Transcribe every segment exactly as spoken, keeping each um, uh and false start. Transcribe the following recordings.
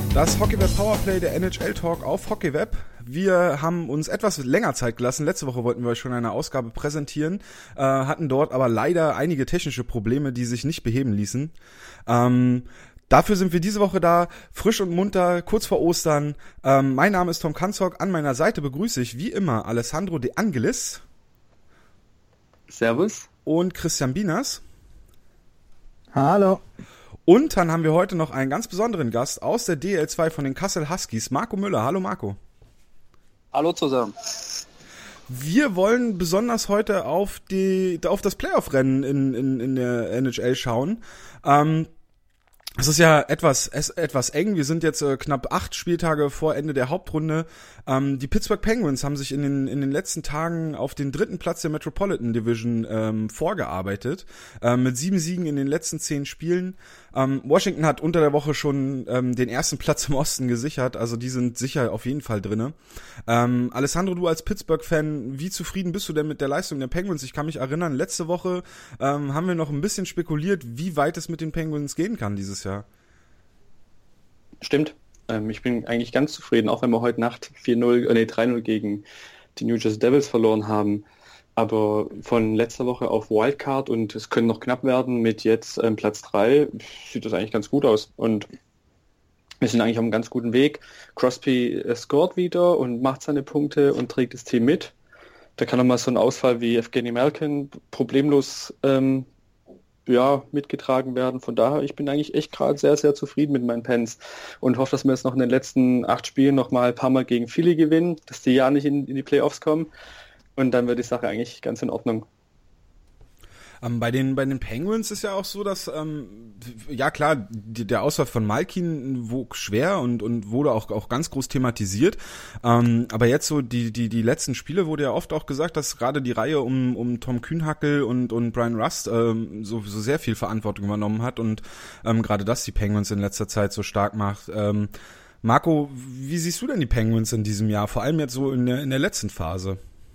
Das Hockeyweb Powerplay, der N H L Talk auf Hockeyweb. Wir haben uns etwas länger Zeit gelassen. Letzte Woche wollten wir euch schon eine Ausgabe präsentieren, äh, hatten dort aber leider einige technische Probleme, die sich nicht beheben ließen. Ähm, dafür sind wir diese Woche da, frisch und munter, kurz vor Ostern. Ähm, mein Name ist Tom Kanzok. An meiner Seite begrüße ich wie immer Alessandro De Angelis. Servus. Und Christian Bieners. Hallo. Und dann haben wir heute noch einen ganz besonderen Gast aus der D L zwei von den Kassel Huskies, Marco Müller. Hallo Marco. Hallo zusammen. Wir wollen besonders heute auf die auf das Playoff-Rennen in, in, in der N H L schauen. Ähm, es ist ja etwas es, etwas eng. Wir sind jetzt äh, knapp acht Spieltage vor Ende der Hauptrunde. Ähm, die Pittsburgh Penguins haben sich in den in den letzten Tagen auf den dritten Platz der Metropolitan Division ähm, vorgearbeitet, äh, mit sieben Siegen in den letzten zehn Spielen. Ähm, Washington hat unter der Woche schon ähm, den ersten Platz im Osten gesichert, also die sind sicher auf jeden Fall drinne. Ähm, Alessandro, du als Pittsburgh-Fan, wie zufrieden bist du denn mit der Leistung der Penguins? Ich kann mich erinnern, letzte Woche ähm, haben wir noch ein bisschen spekuliert, wie weit es mit den Penguins gehen kann dieses Jahr. Stimmt. Ähm, ich bin eigentlich ganz zufrieden, auch wenn wir heute Nacht vier null, äh, nee, drei null gegen die New Jersey Devils verloren haben. Aber von letzter Woche auf Wildcard und es können noch knapp werden mit jetzt ähm, Platz drei, sieht das eigentlich ganz gut aus. Und wir sind eigentlich auf einem ganz guten Weg. Crosby äh, scored wieder und macht seine Punkte und trägt das Team mit. Da kann nochmal so ein Ausfall wie Evgeny Malkin problemlos ähm, ja, mitgetragen werden. Von daher, ich bin eigentlich echt gerade sehr, sehr zufrieden mit meinen Pens und hoffe, dass wir jetzt noch in den letzten acht Spielen noch mal ein paar Mal gegen Philly gewinnen, dass die ja nicht in, in die Playoffs kommen. Und dann wird die Sache eigentlich ganz in Ordnung. Ähm, bei den bei den Penguins ist ja auch so, dass ähm, ja klar, die, der Ausfall von Malkin wog schwer und und wurde auch auch ganz groß thematisiert. Ähm, aber jetzt so die die die letzten Spiele wurde ja oft auch gesagt, dass gerade die Reihe um um Tom Kühnhackel und und Brian Rust ähm, so so sehr viel Verantwortung übernommen hat und ähm, gerade das die Penguins in letzter Zeit so stark macht. Ähm, Marco, wie siehst du denn die Penguins in diesem Jahr? Vor allem jetzt so in der in der letzten Phase.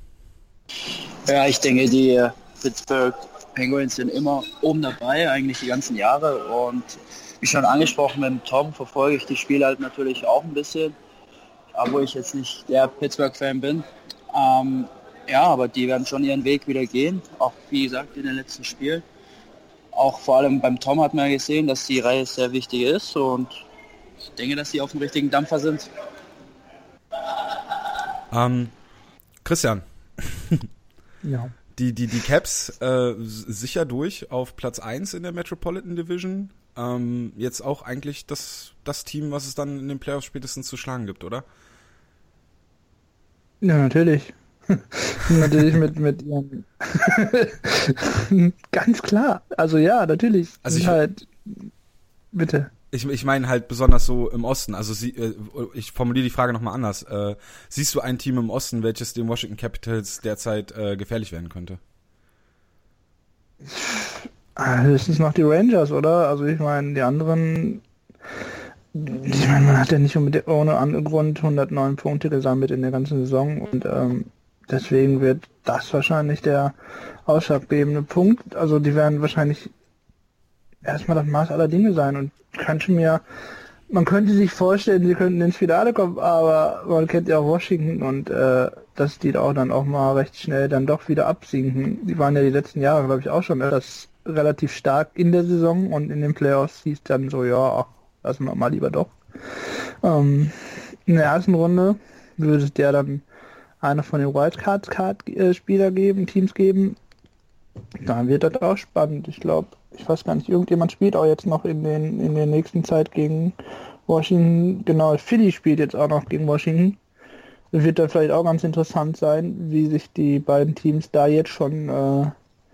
Ja, ich denke, die Pittsburgh Penguins sind immer oben dabei, eigentlich die ganzen Jahre. Und wie schon angesprochen, mit dem Tom verfolge ich die Spiele halt natürlich auch ein bisschen, obwohl ich jetzt nicht der Pittsburgh-Fan bin. Ähm, ja, aber die werden schon ihren Weg wieder gehen, auch wie gesagt in den letzten Spielen. Auch vor allem beim Tom hat man ja gesehen, dass die Reihe sehr wichtig ist und ich denke, dass sie auf dem richtigen Dampfer sind. Ähm, Christian. Ja. Die, die, die Caps äh, sicher durch auf Platz eins in der Metropolitan Division. Ähm, jetzt auch eigentlich das, das Team, was es dann in den Playoffs spätestens zu schlagen gibt, oder? Ja, natürlich. Natürlich mit, mit ihren ganz klar. Also ja, natürlich. Also ich, halt, bitte. Ich, ich meine halt besonders so im Osten. Also sie, äh, ich formuliere die Frage nochmal anders. Äh, siehst du ein Team im Osten, welches den Washington Capitals derzeit äh, gefährlich werden könnte? Höchstens noch die Rangers, oder? Also ich meine, die anderen, ich meine, man hat ja nicht unbedingt ohne Grund hundertneun Punkte gesammelt in der ganzen Saison und ähm, deswegen wird das wahrscheinlich der ausschlaggebende Punkt. Also die werden wahrscheinlich erstmal das Maß aller Dinge sein und könnte mir, man könnte sich vorstellen, sie könnten ins Finale kommen, aber man kennt ja auch Washington und äh, dass die da auch dann auch mal recht schnell dann doch wieder absinken. Die waren ja die letzten Jahre, glaube ich, auch schon das relativ stark in der Saison und in den Playoffs hieß dann so, ja, ach, lassen wir mal lieber doch. Ähm, in der ersten Runde würde es der dann einer von den Wildcard-Spieler geben, Teams geben. Dann wird das auch spannend. Ich glaube, ich weiß gar nicht, irgendjemand spielt auch jetzt noch in den in der nächsten Zeit gegen Washington. Genau, Philly spielt jetzt auch noch gegen Washington. Das wird dann vielleicht auch ganz interessant sein, wie sich die beiden Teams da jetzt schon äh,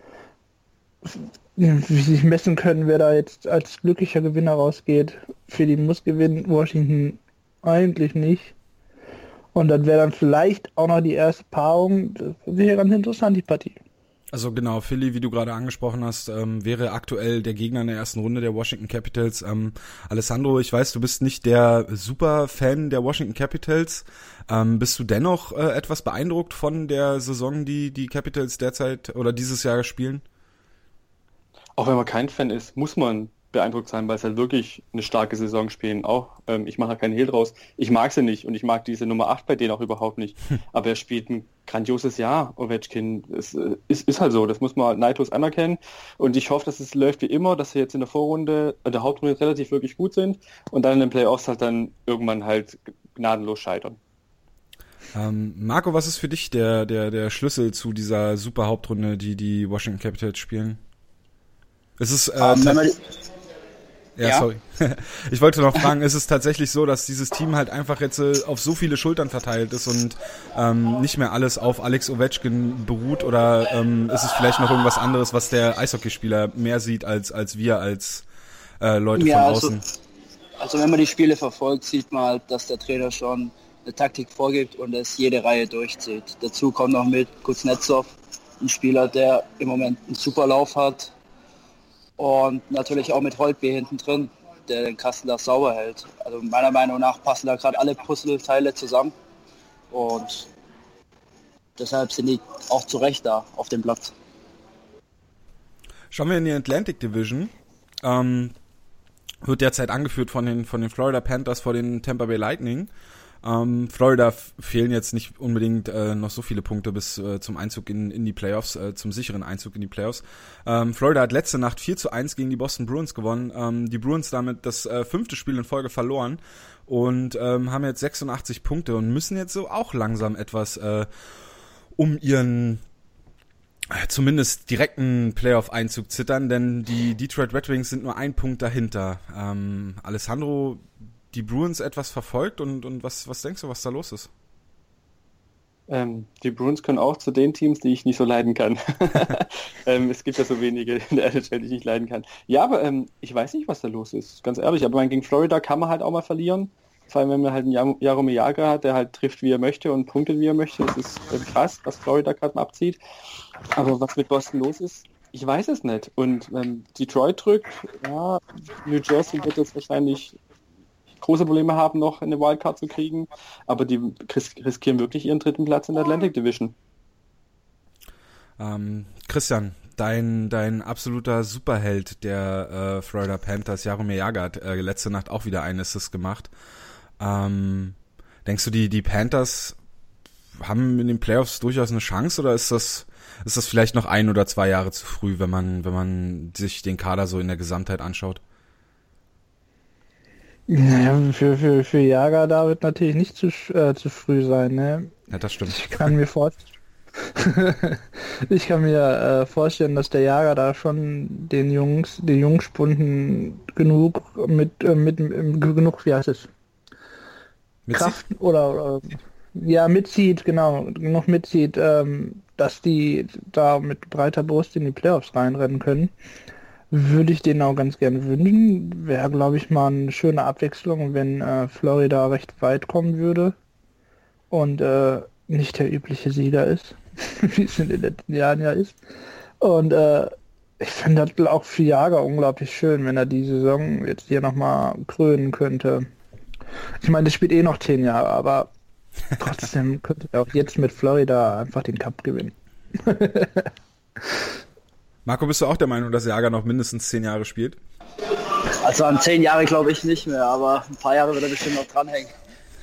wie sich messen können, wer da jetzt als glücklicher Gewinner rausgeht. Philly muss gewinnen, Washington eigentlich nicht. Und dann wäre dann vielleicht auch noch die erste Paarung. Das wäre ganz interessant, die Partie. Also genau, Philly, wie du gerade angesprochen hast, ähm, wäre aktuell der Gegner in der ersten Runde der Washington Capitals. Ähm, Alessandro, ich weiß, du bist nicht der Super-Fan der Washington Capitals. Ähm, bist du dennoch äh, etwas beeindruckt von der Saison, die die Capitals derzeit oder dieses Jahr spielen? Auch wenn man kein Fan ist, muss man beeindruckt sein, weil sie halt wirklich eine starke Saison spielen. Auch, ähm, ich mache da keinen Hehl draus. Ich mag sie nicht und ich mag diese Nummer acht bei denen auch überhaupt nicht. Aber er spielt ein grandioses Jahr, Ovechkin. Es ist, ist halt so, das muss man neidlos anerkennen. Und ich hoffe, dass es läuft wie immer, dass sie jetzt in der Vorrunde, in der Hauptrunde relativ wirklich gut sind und dann in den Playoffs halt dann irgendwann halt gnadenlos scheitern. Ähm, Marco, was ist für dich der, der, der Schlüssel zu dieser super Hauptrunde, die die Washington Capitals spielen? Es ist, äh, um, wenn man Ja, ja, sorry. Ich wollte noch fragen, ist es tatsächlich so, dass dieses Team halt einfach jetzt äh, auf so viele Schultern verteilt ist und ähm, nicht mehr alles auf Alex Ovechkin beruht, oder ähm, ist es vielleicht noch irgendwas anderes, was der Eishockeyspieler mehr sieht als als wir als äh, Leute ja, von außen? Also, also wenn man die Spiele verfolgt, sieht man halt, dass der Trainer schon eine Taktik vorgibt und es jede Reihe durchzieht. Dazu kommt noch mit Kuznetsov, ein Spieler, der im Moment einen super Lauf hat. Und natürlich auch mit Holtby hinten drin, der den Kasten da sauber hält. Also meiner Meinung nach passen da gerade alle Puzzleteile zusammen. Und deshalb sind die auch zu Recht da auf dem Platz. Schauen wir in die Atlantic Division. Ähm, wird derzeit angeführt von den von den Florida Panthers vor den Tampa Bay Lightning. Ähm, Florida f- fehlen jetzt nicht unbedingt äh, noch so viele Punkte bis äh, zum Einzug in, in die Playoffs, äh, zum sicheren Einzug in die Playoffs. Ähm, Florida hat letzte Nacht vier zu eins gegen die Boston Bruins gewonnen. Ähm, die Bruins damit das äh, fünfte Spiel in Folge verloren und ähm, haben jetzt sechsundachtzig Punkte und müssen jetzt so auch langsam etwas äh, um ihren äh, zumindest direkten Playoff-Einzug zittern, denn die Detroit Red Wings sind nur ein Punkt dahinter. Ähm, Alessandro, die Bruins etwas verfolgt und, und was, was denkst du, was da los ist? Ähm, die Bruins können auch zu den Teams, die ich nicht so leiden kann. ähm, es gibt ja so wenige in der N H L, die ich nicht leiden kann. Ja, aber ähm, ich weiß nicht, was da los ist, ganz ehrlich. Aber gegen Florida kann man halt auch mal verlieren. Vor allem, wenn man halt einen Jaromir Jagr hat, der halt trifft, wie er möchte und punktet, wie er möchte. Das ist äh, krass, was Florida gerade mal abzieht. Aber was mit Boston los ist, ich weiß es nicht. Und ähm, Detroit drückt, ja, New Jersey wird jetzt wahrscheinlich große Probleme haben, noch eine Wildcard zu kriegen, aber die riskieren wirklich ihren dritten Platz in der Atlantic Division. Ähm, Christian, dein dein absoluter Superheld der äh, Florida Panthers, Jaromir Jagr, hat äh, letzte Nacht auch wieder einen Assist gemacht. Ähm, denkst du, die die Panthers haben in den Playoffs durchaus eine Chance, oder ist das ist das vielleicht noch ein oder zwei Jahre zu früh, wenn man wenn man sich den Kader so in der Gesamtheit anschaut? Naja, für, für, für Jagr da wird natürlich nicht zu, äh, zu früh sein, ne? Ja, das stimmt. Ich kann mir vorstellen, ich kann mir äh, vorstellen, dass der Jagr da schon den Jungs, die Jungspunden genug mit, äh, mit, mit genug, wie heißt es? Mitzieht? Kraft oder, oder ja, mitzieht, genau, genug mitzieht, ähm, dass die da mit breiter Brust in die Playoffs reinrennen können. Würde ich denen auch ganz gerne wünschen. Wäre, glaube ich, mal eine schöne Abwechslung, wenn äh, Florida recht weit kommen würde und äh, nicht der übliche Sieger ist, wie es in den letzten Jahren ja ist. Und äh, ich finde das auch für Jagr unglaublich schön, wenn er die Saison jetzt hier nochmal krönen könnte. Ich meine, das spielt eh noch zehn Jahre, aber trotzdem könnte er auch jetzt mit Florida einfach den Cup gewinnen. Marco, bist du auch der Meinung, dass Jagr noch mindestens zehn Jahre spielt? Also an zehn Jahre glaube ich nicht mehr, aber ein paar Jahre wird er bestimmt noch dranhängen.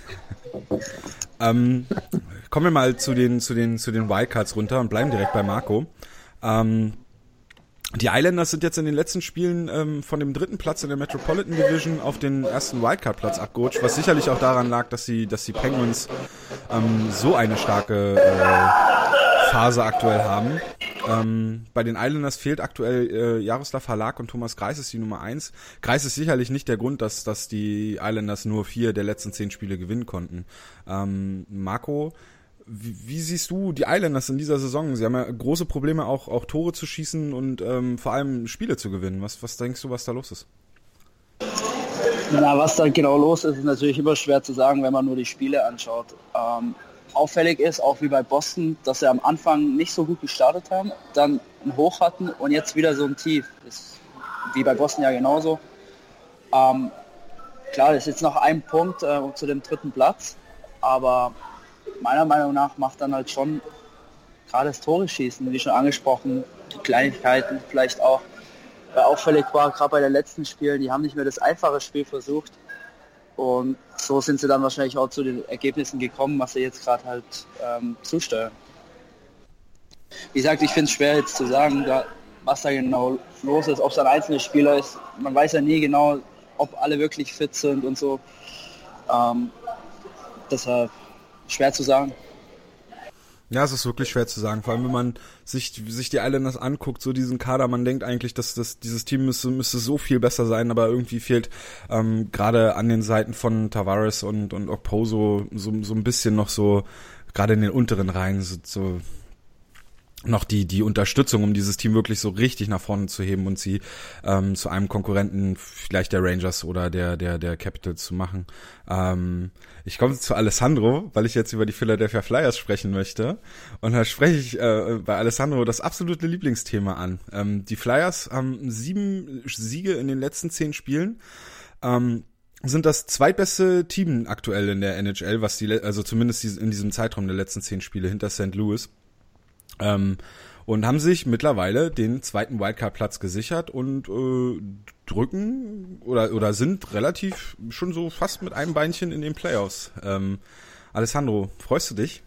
Ähm, kommen wir mal zu den zu den zu den Wildcards runter und bleiben direkt bei Marco. Ähm, die Islanders sind jetzt in den letzten Spielen ähm, von dem dritten Platz in der Metropolitan Division auf den ersten Wildcard-Platz abgerutscht, was sicherlich auch daran lag, dass die dass die Penguins ähm, so eine starke äh, Phase aktuell haben. Ähm, bei den Islanders fehlt aktuell äh, Jaroslav Halak und Thomas Greiss ist die Nummer eins. Greiss ist sicherlich nicht der Grund, dass dass die Islanders nur vier der letzten zehn Spiele gewinnen konnten. Ähm, Marco, wie, wie siehst du die Islanders in dieser Saison? Sie haben ja große Probleme, auch auch Tore zu schießen und ähm, vor allem Spiele zu gewinnen. Was was denkst du, was da los ist? Na, was da genau los ist, ist natürlich immer schwer zu sagen, wenn man nur die Spiele anschaut. Ähm, auffällig ist, auch wie bei Boston, dass sie am Anfang nicht so gut gestartet haben, dann ein Hoch hatten und jetzt wieder so ein Tief. Das ist wie bei Boston ja genauso. Ähm, klar, das ist jetzt noch ein Punkt äh, zu dem dritten Platz, aber meiner Meinung nach macht dann halt schon gerade das Tore schießen, wie schon angesprochen, die Kleinigkeiten vielleicht auch, äh, auffällig war, gerade bei den letzten Spielen, die haben nicht mehr das einfache Spiel versucht. Und so sind sie dann wahrscheinlich auch zu den Ergebnissen gekommen, was sie jetzt gerade halt ähm, zusteuern. Wie gesagt, ich finde es schwer jetzt zu sagen, da, was da genau los ist, ob es ein einzelner Spieler ist. Man weiß ja nie genau, ob alle wirklich fit sind und so. Ähm, deshalb schwer zu sagen. Ja, es ist wirklich schwer zu sagen, vor allem wenn man sich sich die Islanders anguckt, so diesen Kader, man denkt eigentlich, dass das dieses Team müsste, müsste so viel besser sein, aber irgendwie fehlt ähm, gerade an den Seiten von Tavares und und Okposo so so ein bisschen noch so, gerade in den unteren Reihen so, so noch die die Unterstützung, um dieses Team wirklich so richtig nach vorne zu heben und sie ähm, zu einem Konkurrenten vielleicht der Rangers oder der der der Capitals zu machen. Ähm, ich komme zu Alessandro, weil ich jetzt über die Philadelphia Flyers sprechen möchte. Und da spreche ich äh, bei Alessandro das absolute Lieblingsthema an. Ähm, die Flyers haben sieben Siege in den letzten zehn Spielen. Ähm, sind das zweitbeste Team aktuell in der N H L, was die also zumindest in diesem Zeitraum der letzten zehn Spiele hinter Sankt Louis. Ähm, und haben sich mittlerweile den zweiten Wildcard-Platz gesichert und äh, drücken oder oder sind relativ schon so fast mit einem Beinchen in den Playoffs. Ähm, Alessandro, freust du dich?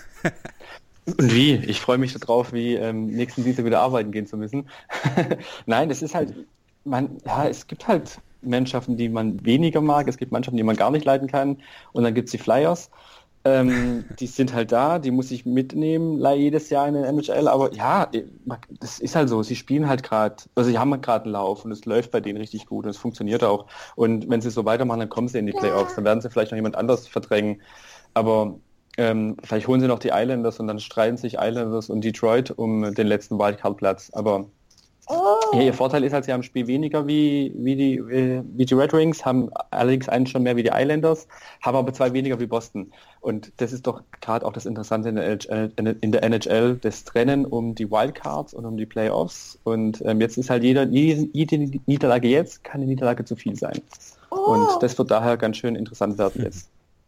Und wie? Ich freue mich darauf, wie ähm, nächsten Dienstag wieder arbeiten gehen zu müssen. Nein, es ist halt, man, ja, es gibt halt Mannschaften, die man weniger mag, es gibt Mannschaften, die man gar nicht leiden kann, und dann gibt's die Flyers. Ähm, die sind halt da, die muss ich mitnehmen, jedes Jahr in den N H L, aber ja, das ist halt so, sie spielen halt gerade, also sie haben gerade einen Lauf und es läuft bei denen richtig gut und es funktioniert auch, und wenn sie so weitermachen, dann kommen sie in die Playoffs, dann werden sie vielleicht noch jemand anders verdrängen, aber ähm, vielleicht holen sie noch die Islanders und dann streiten sich Islanders und Detroit um den letzten Wildcard-Platz, aber ja, ihr Vorteil ist halt, sie haben ein Spiel weniger wie, wie, die, wie die Red Wings, haben allerdings einen schon mehr wie die Islanders, haben aber zwei weniger wie Boston. Und das ist doch gerade auch das Interessante in der, N H L, in der N H L, das Trennen um die Wildcards und um die Playoffs. Und ähm, jetzt ist halt jeder, jede, jede Niederlage jetzt kann eine Niederlage zu viel sein. Und das wird daher ganz schön interessant werden jetzt.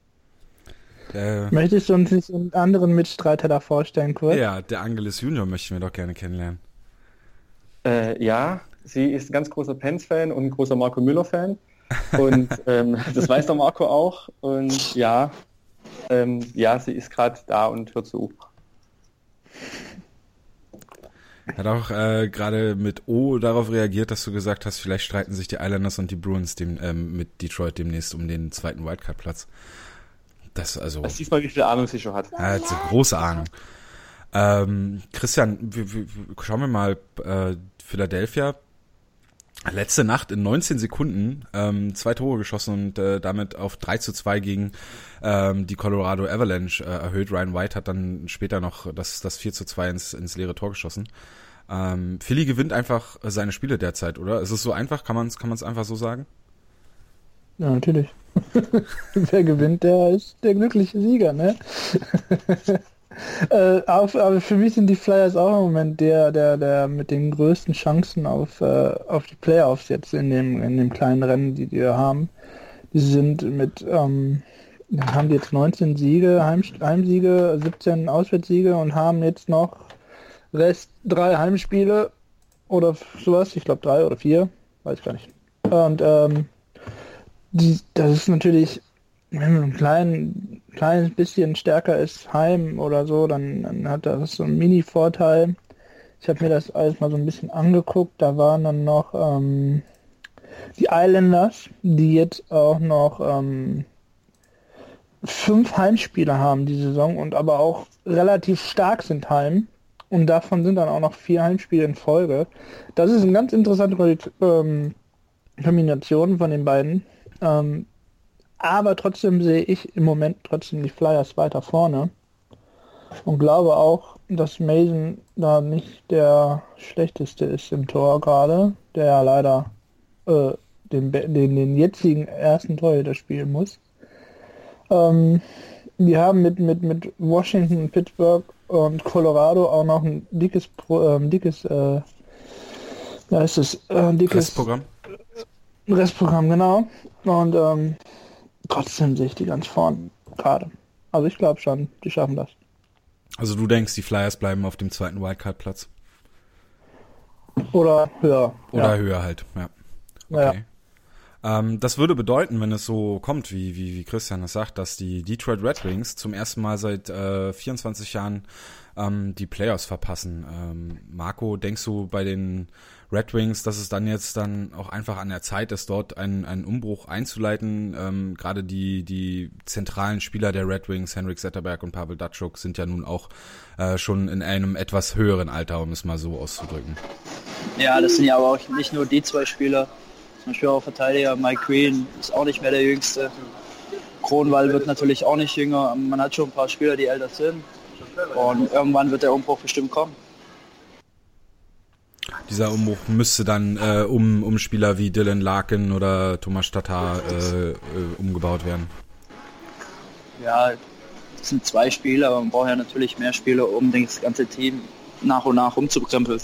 Äh, Möchtest du uns nicht einen anderen Mitstreiter da vorstellen, kurz? Ja, der Angelis Junior möchten wir doch gerne kennenlernen. Äh, ja, sie ist ein ganz großer Pens-Fan und ein großer Marco Müller-Fan. Und ähm, das weiß der Marco auch. Und ja, ähm, ja, sie ist gerade da und hört zu. Hat auch äh, gerade mit O darauf reagiert, dass du gesagt hast, vielleicht streiten sich die Islanders und die Bruins dem, ähm, mit Detroit demnächst um den zweiten Wildcard-Platz. Das also. Das siehst mal, wie viel Ahnung sie schon hat. Ja, hat eine große Ahnung. Ähm, Christian, wir, wir, schauen wir mal, äh, Philadelphia, letzte Nacht in neunzehn Sekunden ähm, zwei Tore geschossen und äh, damit auf drei zu zwei gegen ähm, die Colorado Avalanche äh, erhöht. Ryan White hat dann später noch das, das vier zu zwei ins, ins leere Tor geschossen. Ähm, Philly gewinnt einfach seine Spiele derzeit, oder? Ist es so einfach? Kann man es kann man es einfach so sagen? Ja, natürlich. Wer gewinnt, der ist der glückliche Sieger, ne? Äh, auf, aber für mich sind die Flyers auch im Moment der, der, der mit den größten Chancen auf, äh, auf die Playoffs jetzt in dem, in dem kleinen Rennen, die die haben. Die sind mit, ähm, haben die jetzt neunzehn Siege, Heim, Heimsiege, siebzehn Auswärtssiege und haben jetzt noch Rest drei Heimspiele oder sowas, ich glaube drei oder vier, weiß gar nicht. Und ähm, die, das ist natürlich, wenn man ein klein, kleines bisschen stärker ist, Heim oder so, dann, dann hat das so einen Mini-Vorteil. Ich habe mir das alles mal so ein bisschen angeguckt. Da waren dann noch ähm, die Islanders, die jetzt auch noch ähm, fünf Heimspiele haben die Saison und aber auch relativ stark sind heim. Und davon sind dann auch noch vier Heimspiele in Folge. Das ist eine ganz interessante ähm, Kombination von den beiden. Ähm, aber trotzdem sehe ich im Moment trotzdem die Flyers weiter vorne und glaube auch, dass Mason da nicht der schlechteste ist im Tor gerade, der ja leider äh, den, den, den jetzigen ersten Torhüter spielen muss. Ähm, die haben mit, mit, mit Washington, Pittsburgh und Colorado auch noch ein dickes, Pro, äh, dickes, äh, wie heißt es, äh, ein dickes Restprogramm. Restprogramm, genau. Und ähm, trotzdem sehe ich die ganz vorn gerade. Also ich glaube schon, die schaffen das. Also du denkst, die Flyers bleiben auf dem zweiten Wildcard-Platz? Oder höher. Oder ja. höher halt, ja. Okay. Ja. Ähm, das würde bedeuten, wenn es so kommt, wie, wie, wie Christian das sagt, dass die Detroit Red Wings zum ersten Mal seit äh, vierundzwanzig Jahren ähm, die Playoffs verpassen. Ähm, Marco, denkst du bei den Red Wings, dass es dann jetzt dann auch einfach an der Zeit ist, dort einen, einen Umbruch einzuleiten? Ähm, gerade die, die zentralen Spieler der Red Wings, Henrik Zetterberg und Pavel Datsyuk, sind ja nun auch äh, schon in einem etwas höheren Alter, um es mal so auszudrücken. Ja, das sind ja aber auch nicht nur die zwei Spieler. Zum Beispiel auch Verteidiger Mike Green ist auch nicht mehr der Jüngste. Kronwall wird natürlich auch nicht jünger. Man hat schon ein paar Spieler, die älter sind. Und irgendwann wird der Umbruch bestimmt kommen. Dieser Umbruch müsste dann äh, um, um Spieler wie Dylan Larkin oder Thomas Tatar äh, äh, umgebaut werden. Ja, das sind zwei Spieler, aber man braucht ja natürlich mehr Spieler, um das ganze Team nach und nach umzukrempeln.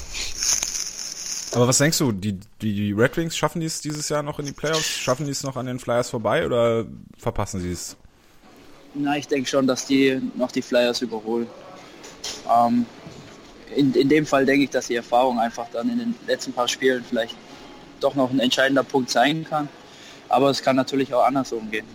Aber was denkst du, die, die Red Wings, schaffen die es dieses Jahr noch in die Playoffs? Schaffen die es noch an den Flyers vorbei oder verpassen sie es? Na, ich denke schon, dass die noch die Flyers überholen. Ähm, in, in dem Fall denke ich, dass die Erfahrung einfach dann in den letzten paar Spielen vielleicht doch noch ein entscheidender Punkt sein kann. Aber es kann natürlich auch andersrum gehen.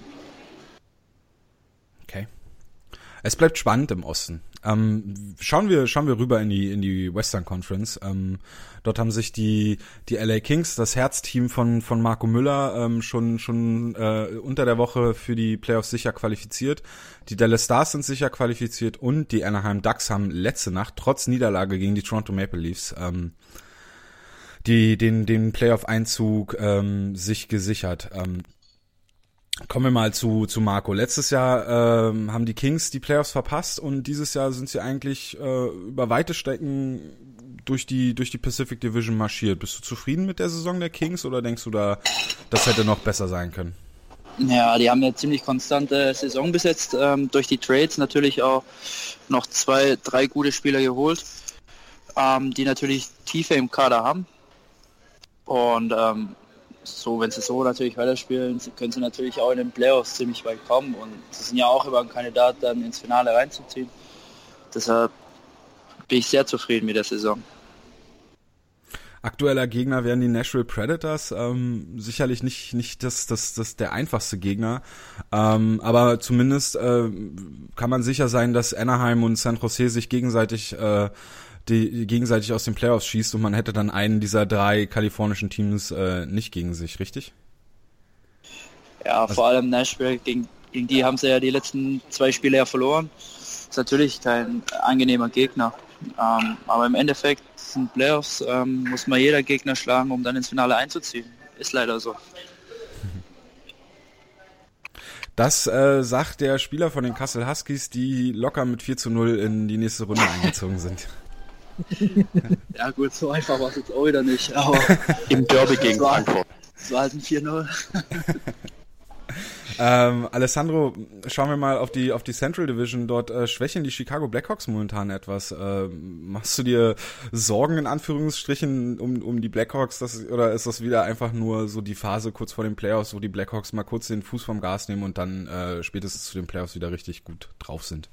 Okay. Es bleibt spannend im Osten. Ähm, schauen wir schauen wir rüber in die in die Western Conference. Ähm, dort haben sich die die L A Kings, das Herzteam von von Marco Müller, ähm, schon schon äh, unter der Woche für die Playoffs sicher qualifiziert. Die Dallas Stars sind sicher qualifiziert und die Anaheim Ducks haben letzte Nacht trotz Niederlage gegen die Toronto Maple Leafs ähm, die den den Playoff-Einzug ähm, sich gesichert. Ähm, Kommen wir mal zu zu Marco. Letztes Jahr ähm, haben die Kings die Playoffs verpasst und dieses Jahr sind sie eigentlich äh, über weite Strecken durch die durch die Pacific Division marschiert. Bist du zufrieden mit der Saison der Kings oder denkst du da, das hätte noch besser sein können? Ja, die haben eine ziemlich konstante Saison besetzt, ähm, durch die Trades natürlich auch noch zwei, drei gute Spieler geholt, ähm, die natürlich Tiefe im Kader haben. Und ähm, so, wenn sie so natürlich weiterspielen, können sie natürlich auch in den Playoffs ziemlich weit kommen und sie sind ja auch über einen Kandidat dann ins Finale reinzuziehen. Deshalb bin ich sehr zufrieden mit der Saison. Aktueller Gegner wären die Nashville Predators, ähm, sicherlich nicht nicht das das das der einfachste Gegner, ähm, aber zumindest äh, kann man sicher sein, dass Anaheim und San Jose sich gegenseitig äh, die gegenseitig aus den Playoffs schießt und man hätte dann einen dieser drei kalifornischen Teams äh, nicht gegen sich, richtig? Ja, also vor allem Nashville, gegen, gegen die haben sie ja die letzten zwei Spiele ja verloren. Ist natürlich kein angenehmer Gegner. Ähm, aber im Endeffekt sind Playoffs, ähm, muss man jeder Gegner schlagen, um dann ins Finale einzuziehen. Ist leider so. Das äh, sagt der Spieler von den Kassel Huskies, die locker mit vier zu null in die nächste Runde eingezogen sind. Ja gut, so einfach war es jetzt auch wieder nicht, aber im Derby gegen Frankfurt. Es war halt ein vier null. ähm, Alessandro, schauen wir mal auf die auf die Central Division. Dort äh, schwächeln die Chicago Blackhawks momentan etwas. Äh, machst du dir Sorgen in Anführungsstrichen um um die Blackhawks, das, oder ist das wieder einfach nur so die Phase kurz vor den Playoffs, wo die Blackhawks mal kurz den Fuß vom Gas nehmen und dann äh, spätestens zu den Playoffs wieder richtig gut drauf sind?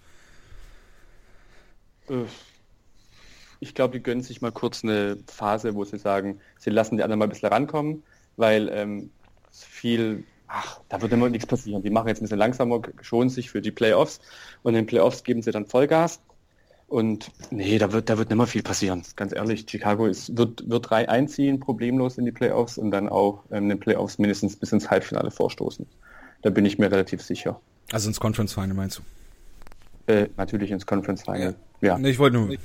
Ich glaube, die gönnen sich mal kurz eine Phase, wo sie sagen, sie lassen die anderen mal ein bisschen rankommen, weil ähm, viel, ach, da wird immer nichts passieren. Die machen jetzt ein bisschen langsamer, schonen sich für die Playoffs und in den Playoffs geben sie dann Vollgas. Und nee, da wird da wird nicht mehr viel passieren, ganz ehrlich. Chicago ist, wird wird drei einziehen, problemlos in die Playoffs und dann auch ähm, in den Playoffs mindestens bis ins Halbfinale vorstoßen. Da bin ich mir relativ sicher. Also ins Conference Final meinst du? Äh, natürlich ins Conference Final, ja. ja. Nee, ich wollte nur...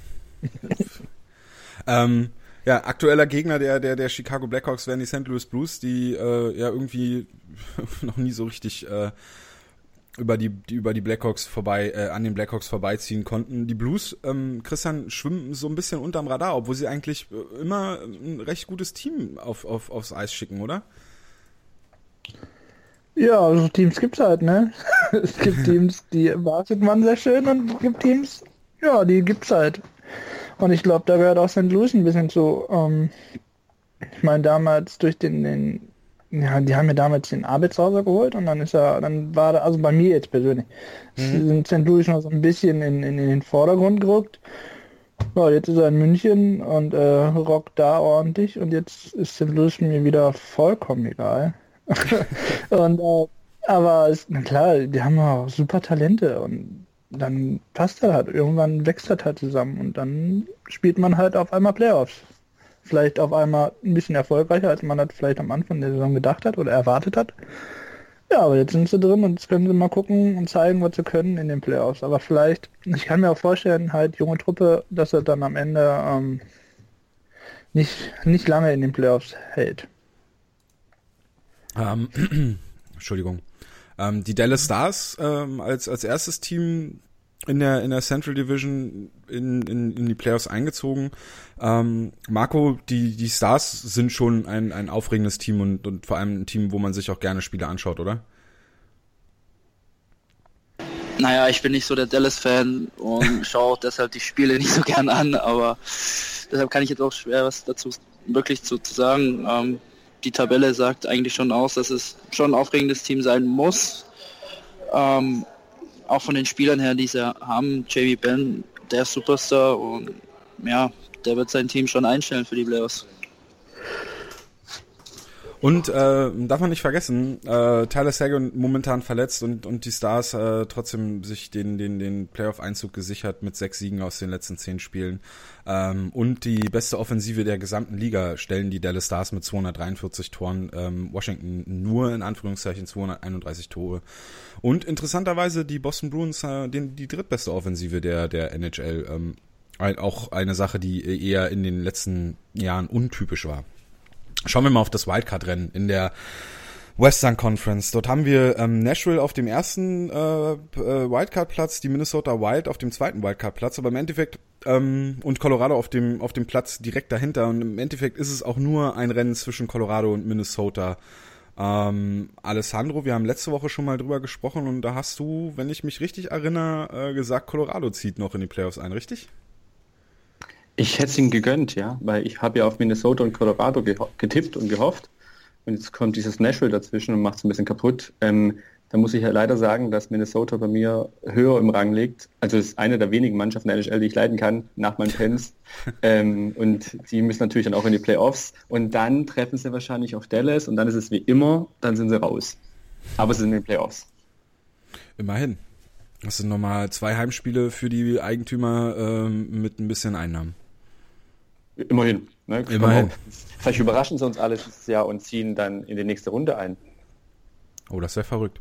ähm, ja, aktueller Gegner der der der Chicago Blackhawks wären die Saint Louis Blues, die äh, ja irgendwie noch nie so richtig äh, über die, die über die Blackhawks vorbei äh, an den Blackhawks vorbeiziehen konnten. Die Blues, ähm, Christian, schwimmen so ein bisschen unterm Radar, obwohl sie eigentlich äh, immer ein recht gutes Team auf auf aufs Eis schicken, oder? Ja, also Teams gibt's halt, ne? Es gibt Teams, die erwartet man sehr schön und es gibt Teams, ja, die gibt's halt. Und ich glaube, da gehört auch Saint Louis ein bisschen zu. Ähm, ich meine, damals durch den, den, ja, die haben ja damals den Arbeitshauser geholt und dann ist er, dann war da, also bei mir jetzt persönlich, mhm. sind Saint Louis noch so ein bisschen in, in, in den Vordergrund gerückt. Ja, jetzt ist er in München und äh, rockt da ordentlich und jetzt ist Sankt Louis mir wieder vollkommen egal. und äh, aber ist, na klar, die haben auch super Talente und dann passt er halt. Irgendwann wächst das halt zusammen und dann spielt man halt auf einmal Playoffs. Vielleicht auf einmal ein bisschen erfolgreicher, als man das vielleicht am Anfang der Saison gedacht hat oder erwartet hat. Ja, aber jetzt sind sie drin und jetzt können sie mal gucken und zeigen, was sie können in den Playoffs. Aber vielleicht, ich kann mir auch vorstellen, halt junge Truppe, dass er dann am Ende ähm, nicht, nicht lange in den Playoffs hält. Ähm, Entschuldigung. Ähm, die Dallas Stars ähm, als als erstes Team in der in der Central Division in in, in die Playoffs eingezogen. Ähm, Marco, die die Stars sind schon ein ein aufregendes Team und und vor allem ein Team, wo man sich auch gerne Spiele anschaut, oder? Naja, ich bin nicht so der Dallas-Fan und schaue auch deshalb die Spiele nicht so gern an, aber deshalb kann ich jetzt auch schwer was dazu wirklich zu, zu sagen. Ähm, die Tabelle sagt eigentlich schon aus, dass es schon ein aufregendes Team sein muss. Ähm, auch von den Spielern her, die sie haben. Jamie Benn, der Superstar und ja, der wird sein Team schon einstellen für die Playoffs. Und äh, darf man nicht vergessen, äh, Tyler Seguin momentan verletzt und und die Stars äh, trotzdem sich den den den Playoff-Einzug gesichert mit sechs Siegen aus den letzten zehn Spielen. Ähm, und die beste Offensive der gesamten Liga stellen die Dallas Stars mit zweihundertdreiundvierzig Toren. Ähm, Washington nur in Anführungszeichen zweihunderteinunddreißig Tore. Und interessanterweise die Boston Bruins äh, den, die drittbeste Offensive der der N H L. Ähm, auch eine Sache, die eher in den letzten Jahren untypisch war. Schauen wir mal auf das Wildcard-Rennen in der Western Conference. Dort haben wir ähm, Nashville auf dem ersten äh, äh, Wildcard-Platz, die Minnesota Wild auf dem zweiten Wildcard-Platz, aber im Endeffekt ähm, und Colorado auf dem auf dem Platz direkt dahinter. Und im Endeffekt ist es auch nur ein Rennen zwischen Colorado und Minnesota. Ähm, Alessandro, wir haben letzte Woche schon mal drüber gesprochen und da hast du, wenn ich mich richtig erinnere, äh, gesagt, Colorado zieht noch in die Playoffs ein, richtig? Ich hätte es ihm gegönnt, ja, weil ich habe ja auf Minnesota und Colorado geho- getippt und gehofft. Und jetzt kommt dieses Nashville dazwischen und macht es ein bisschen kaputt. Ähm, da muss ich ja leider sagen, dass Minnesota bei mir höher im Rang liegt. Also es ist eine der wenigen Mannschaften der N H L, die ich leiten kann, nach meinen Pens. ähm, und die müssen natürlich dann auch in die Playoffs. Und dann treffen sie wahrscheinlich auf Dallas und dann ist es wie immer, dann sind sie raus. Aber sie sind in den Playoffs. Immerhin. Das sind nochmal zwei Heimspiele für die Eigentümer ähm, mit ein bisschen Einnahmen. Immerhin. Ne? Immerhin. Vielleicht überraschen sie uns alles dieses Jahr und ziehen dann in die nächste Runde ein. Oh, das wäre verrückt.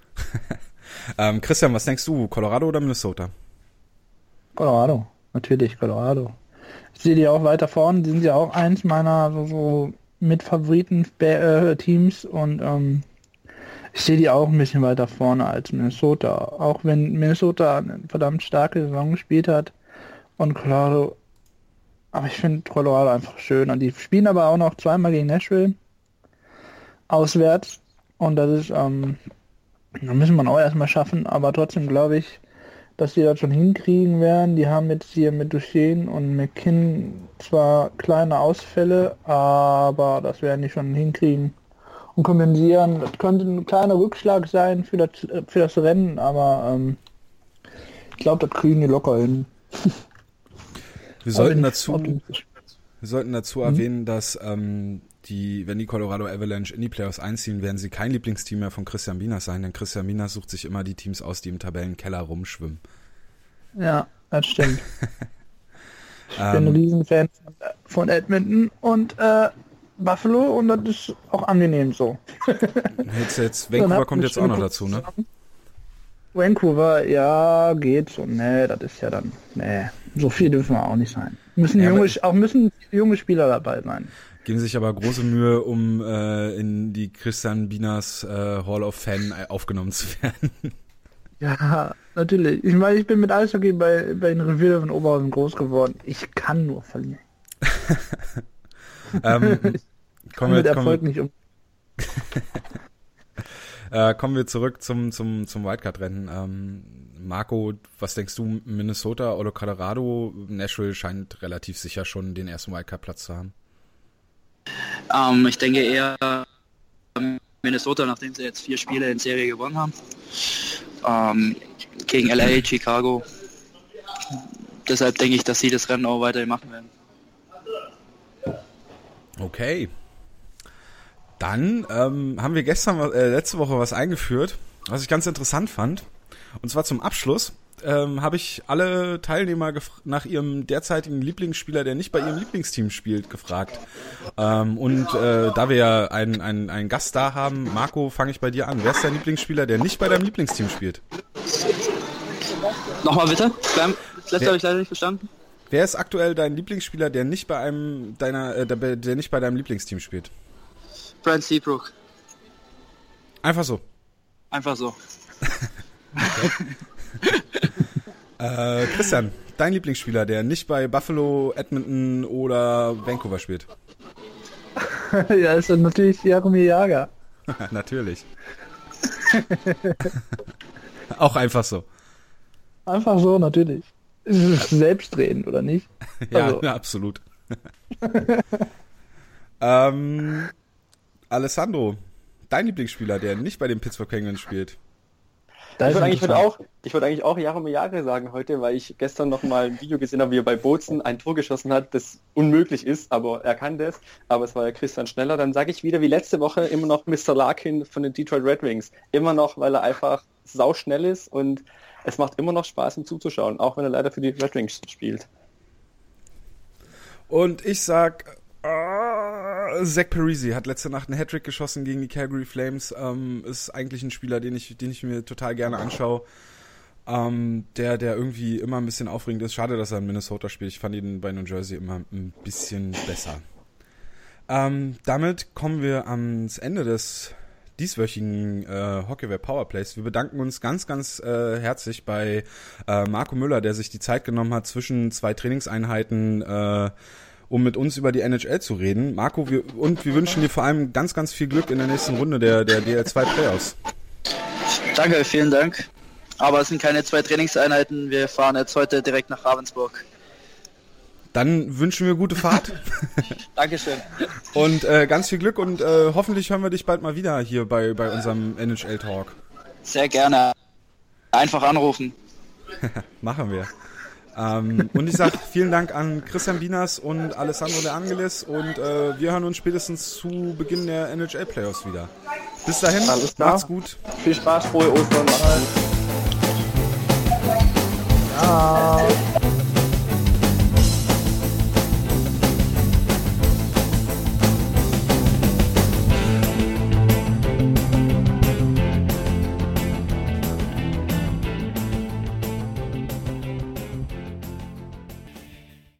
ähm, Christian, was denkst du? Colorado oder Minnesota? Colorado, natürlich Colorado. Ich sehe die auch weiter vorne, die sind ja auch eins meiner so, so Mitfavoriten-Teams und ähm, ich sehe die auch ein bisschen weiter vorne als Minnesota. Auch wenn Minnesota eine verdammt starke Saison gespielt hat und Colorado. Aber ich finde Colorado einfach schön. Und die spielen aber auch noch zweimal gegen Nashville auswärts. Und das ist, ähm, da müssen wir auch erstmal schaffen. Aber trotzdem glaube ich, dass die das schon hinkriegen werden. Die haben jetzt hier mit Duchesne und McKinnon zwar kleine Ausfälle, aber das werden die schon hinkriegen und kompensieren. Das könnte ein kleiner Rückschlag sein für das, für das Rennen, aber ähm, ich glaube, das kriegen die locker hin. Wir sollten dazu, wir sollten dazu mhm. erwähnen, dass ähm, die, wenn die Colorado Avalanche in die Playoffs einziehen, werden sie kein Lieblingsteam mehr von Christian Binas sein, denn Christian Binas sucht sich immer die Teams aus, die im Tabellenkeller rumschwimmen. Ja, das stimmt. Ich bin ein Riesenfan von Edmonton und äh, Buffalo und das ist auch angenehm so. Jetzt, jetzt Vancouver kommt jetzt auch noch dazu, ne? Vancouver, ja, geht so. Nee, das ist ja dann, nee, so viel dürfen wir auch nicht sein. Müssen ja, junge, auch müssen junge Spieler dabei sein. Geben sich aber große Mühe, um äh, in die Christian Binas äh, Hall of Fame aufgenommen zu werden. Ja, natürlich. Ich meine, ich bin mit Eishockey bei, bei den Revier von Oberhausen groß geworden. Ich kann nur verlieren. ähm, kommen wir, mit Erfolg kommen, nicht um. äh, kommen wir zurück zum, zum, zum Wildcard-Rennen. Ähm, Marco, was denkst du, Minnesota oder Colorado? Nashville scheint relativ sicher schon den ersten Wildcard-Platz zu haben. Ähm, ich denke eher Minnesota, nachdem sie jetzt vier Spiele in Serie gewonnen haben. Ähm, gegen L A, Chicago. deshalb denke ich, dass sie das Rennen auch weiterhin machen werden. Okay. Dann ähm, haben wir gestern, äh, letzte Woche was eingeführt, was ich ganz interessant fand. Und zwar zum Abschluss ähm, habe ich alle Teilnehmer gef- nach ihrem derzeitigen Lieblingsspieler, der nicht bei ihrem Lieblingsteam spielt, gefragt. Ähm, und äh, da wir ja einen, einen, einen Gast da haben, Marco, fange ich bei dir an. Wer ist dein Lieblingsspieler, der nicht bei deinem Lieblingsteam spielt? Nochmal bitte? Das letzte habe ich leider nicht verstanden. Wer ist aktuell dein Lieblingsspieler, der nicht bei einem deiner, äh, der, der nicht bei deinem Lieblingsteam spielt? Brent Seabrook. Einfach so. Einfach so. äh, Christian, dein Lieblingsspieler, der nicht bei Buffalo, Edmonton oder Vancouver spielt? Ja, ist dann natürlich Jaromir Jagr. Natürlich. Auch einfach so. Einfach so, natürlich. Ist selbstredend, oder nicht? Ja, Also. ja, absolut. ähm, Alessandro, dein Lieblingsspieler, der nicht bei den Pittsburgh Penguins spielt? Ich würde eigentlich, würd auch, ich würd eigentlich auch Jaromir Jagr sagen heute, weil ich gestern noch mal ein Video gesehen habe, wie er bei Bozen ein Tor geschossen hat, das unmöglich ist, aber er kann das. Aber es war ja Christian Schneller. Dann sage ich wieder wie letzte Woche immer noch Mister Larkin von den Detroit Red Wings. Immer noch, weil er einfach sauschnell ist und es macht immer noch Spaß, ihm zuzuschauen, auch wenn er leider für die Red Wings spielt. Und ich sag, uh, Zach Parise hat letzte Nacht einen Hattrick geschossen gegen die Calgary Flames. Ähm, ist eigentlich ein Spieler, den ich, den ich mir total gerne anschaue. Ähm, der, der irgendwie immer ein bisschen aufregend ist. Schade, dass er in Minnesota spielt. Ich fand ihn bei New Jersey immer ein bisschen besser. Ähm, damit kommen wir ans Ende des dieswöchigen äh, Hockeywear Powerplays. Wir bedanken uns ganz, ganz äh, herzlich bei äh, Marco Müller, der sich die Zeit genommen hat, zwischen zwei Trainingseinheiten äh, um mit uns über die N H L zu reden. Marco, wir, und wir wünschen dir vor allem ganz, ganz viel Glück in der nächsten Runde der, der D L zwei Playoffs. Danke, vielen Dank. Aber es sind keine zwei Trainingseinheiten. Wir fahren jetzt heute direkt nach Ravensburg. Dann wünschen wir gute Fahrt. Dankeschön. Und äh, ganz viel Glück und äh, hoffentlich hören wir dich bald mal wieder hier bei, bei unserem N H L-Talk. Sehr gerne. Einfach anrufen. Machen wir. ähm, und ich sage vielen Dank an Christian Bieners und Alessandro De Angelis und äh, wir hören uns spätestens zu Beginn der N H L-Playoffs wieder. Bis dahin, macht's gut. Viel Spaß, frohe Ostern. Macht's gut. Ja.